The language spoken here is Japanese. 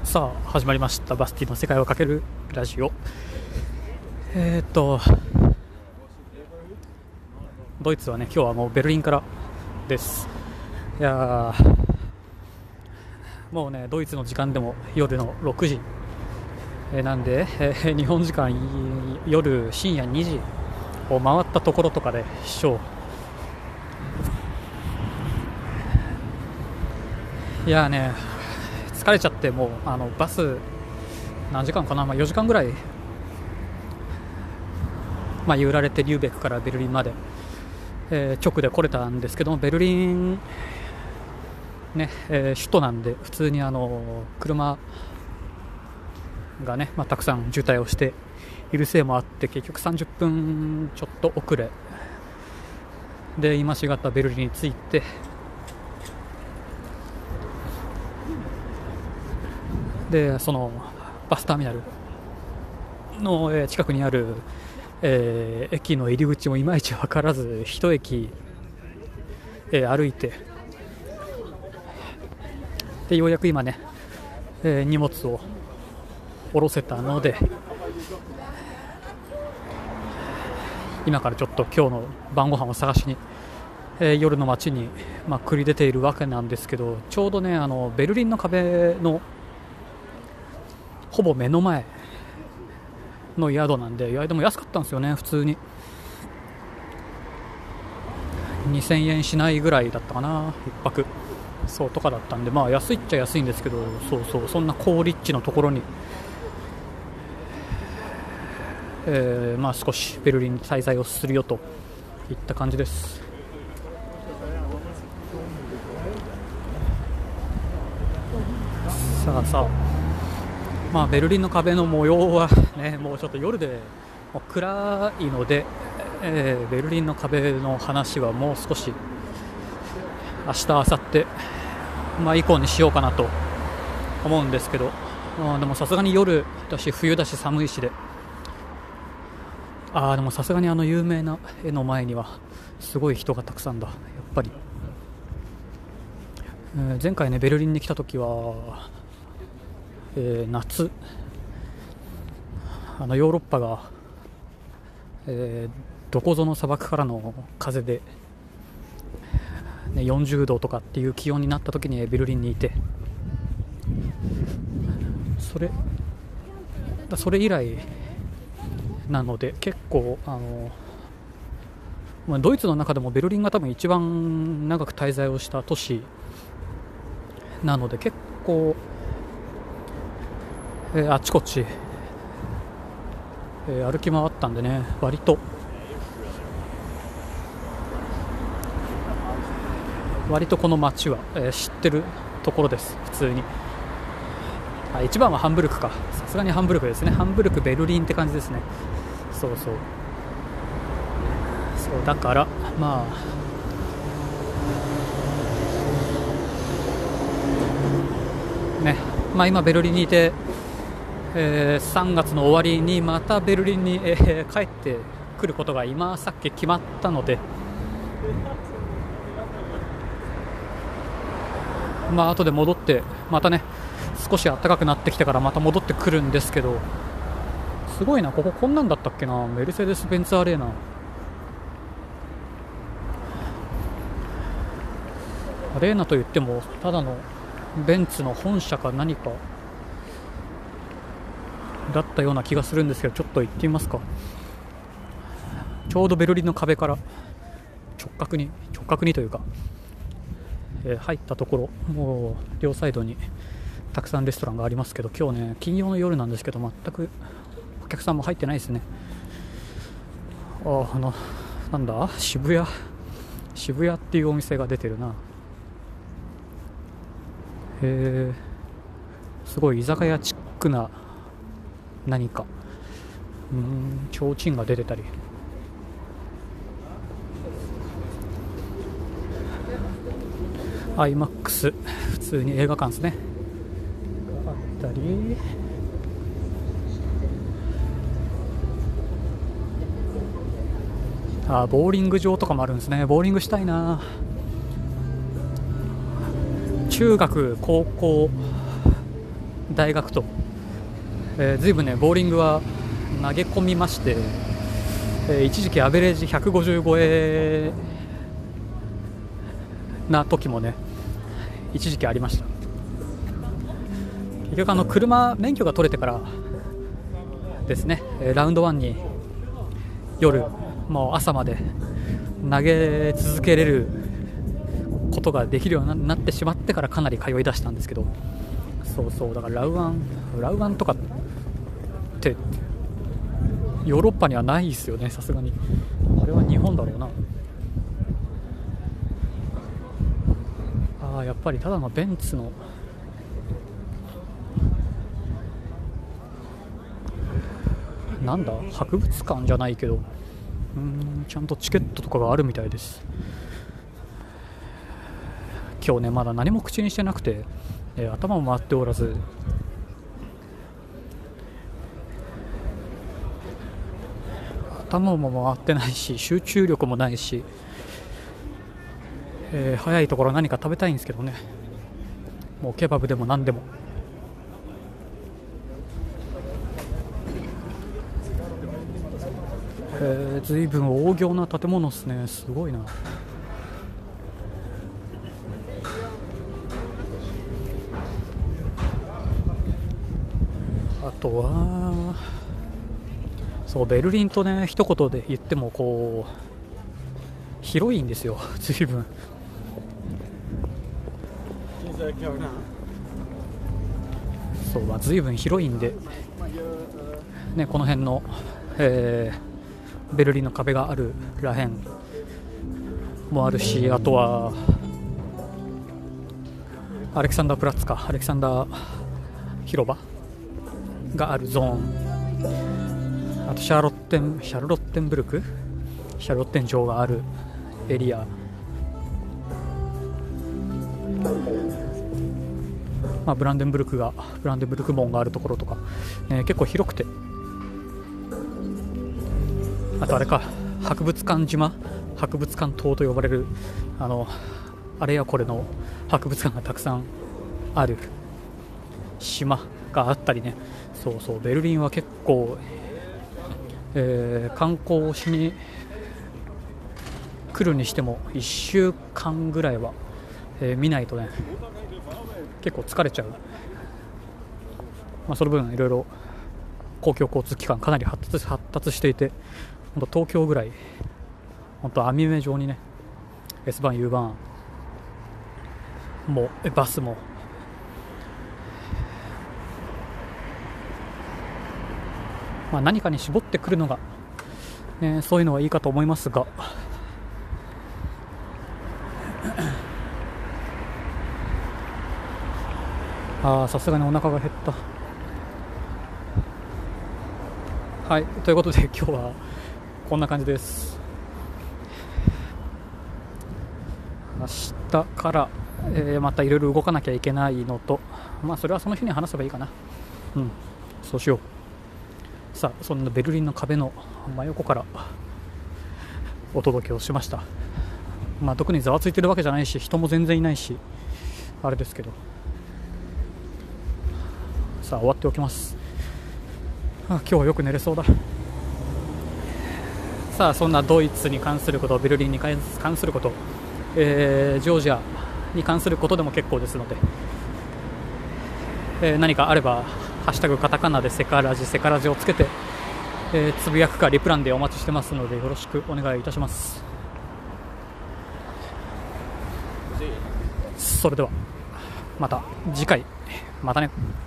さあ始まりましたバスティの世界をかけるラジオ。ドイツはね、今日はもうベルリンからです。いやもうね、ドイツの時間でも夜の6時、なんで、日本時間夜深夜2時を回ったところとかでしょう。いやね、疲れちゃって、もうバス何時間かな、4時間ぐらい、揺られてリューベックからベルリンまで、直で来れたんですけども、ベルリン、ね首都なんで普通に車がね、たくさん渋滞をしているせいもあって、結局30分ちょっと遅れで今しがたベルリンに着いて、でそのバスターミナルの近くにある、駅の入り口もいまいち分からず、一駅、歩いて、でようやく今ね、荷物を下ろせたので、今からちょっと今日の晩ご飯を探しに、夜の街に、繰り出ているわけなんですけど、ちょうどねベルリンの壁のほぼ目の前の宿なんで、いやでも安かったんですよね。普通に2000円しないぐらいだったかな、1泊そうとかだったんで、安いっちゃ安いんですけど、そんな高立地のところに、少しベルリンに滞在をするよといった感じです。さあ、ベルリンの壁の模様はね、もうちょっと夜でもう暗いので、ベルリンの壁の話はもう少し明日明後日、以降にしようかなと思うんですけど、でもさすがに夜だし冬だし寒いしで、でもさすがに有名な絵の前にはすごい人がたくさんだ、やっぱり。前回ねベルリンに来た時は、夏、ヨーロッパが、どこぞの砂漠からの風で、40度とかっていう気温になった時にベルリンにいて、それ以来なので、結構ドイツの中でもベルリンが多分一番長く滞在をした都市なので、結構、あちこち、歩き回ったんでね、割とこの街は、知ってるところです。普通に一番はハンブルクか、さすがにハンブルクですね。ハンブルク、ベルリンって感じですね。そうだから今ベルリンにいて、3月の終わりにまたベルリンに、帰ってくることが今さっき決まったので、後で戻ってまたね、少し暖かくなってきてからまた戻ってくるんですけど、すごいな、こんなんだったっけな、メルセデス・ベンツアレーナ。アレーナといってもただのベンツの本社か何かだったような気がするんですけど、ちょっと行ってみますか。ちょうどベルリンの壁から直角にというか、入ったところ、もう両サイドにたくさんレストランがありますけど、今日ね金曜の夜なんですけど、全くお客さんも入ってないですね。なんだ、渋谷っていうお店が出てるな。すごい居酒屋チックな何か、提灯が出てたり、IMAX、普通に映画館ですね、があったり、ボーリング場とかもあるんですね。ボーリングしたいな。中学高校大学と、ずいぶんねボーリングは投げ込みまして、一時期アベレージ150超えな時もね一時期ありました。結局車免許が取れてからですね、ラウンド1に夜もう朝まで投げ続けれることができるようになってしまってからかなり通い出したんですけど、そうだからラウワンとかってヨーロッパにはないですよね、さすがに。あれは日本だろうな。やっぱりただのベンツのなんだ博物館じゃないけど、ちゃんとチケットとかがあるみたいです。今日ねまだ何も口にしてなくて、頭も回っておらず、頭も回ってないし集中力もないし、早いところ何か食べたいんですけどね、もうケバブでも何でも。ずいぶん大行な建物ですね、すごいな。あとはそうベルリンとね一言で言ってもこう広いんですよ、ずいぶん。そうずいぶん広いんで、ね、この辺の、ベルリンの壁があるらへんもあるし、あとはアレキサンダープラッツか、アレキサンダー広場があるゾーン、あとシャルロッテン城があるエリア、ブランデンブルク門があるところとか、結構広くて、あとあれか博物館島、博物館島と呼ばれるあれやこれの博物館がたくさんある島があったりね。そうベルリンは結構、観光しに来るにしても1週間ぐらいは、見ないとね結構疲れちゃう。その分いろいろ公共交通機関かなり発達していて、本当東京ぐらい本当網目状にね S バン U バンもバスも何かに絞ってくるのが、そういうのはいいかと思いますが、さすがにお腹が減った。はい、ということで今日はこんな感じです。明日から、またいろいろ動かなきゃいけないのと、それはその日に話せばいいかな。そうしよう。さあ、そんなベルリンの壁の真横からお届けをしました。特にざわついてるわけじゃないし、人も全然いないしあれですけど、さあ終わっておきます。今日はよく寝れそうだ。さあそんなドイツに関すること、ベルリンに関すること、ジョージアに関することでも結構ですので、何かあればハッシュタグカタカナでセカラジをつけて、つぶやくかリプランでお待ちしてますのでよろしくお願いいたします。それではまた次回、またね。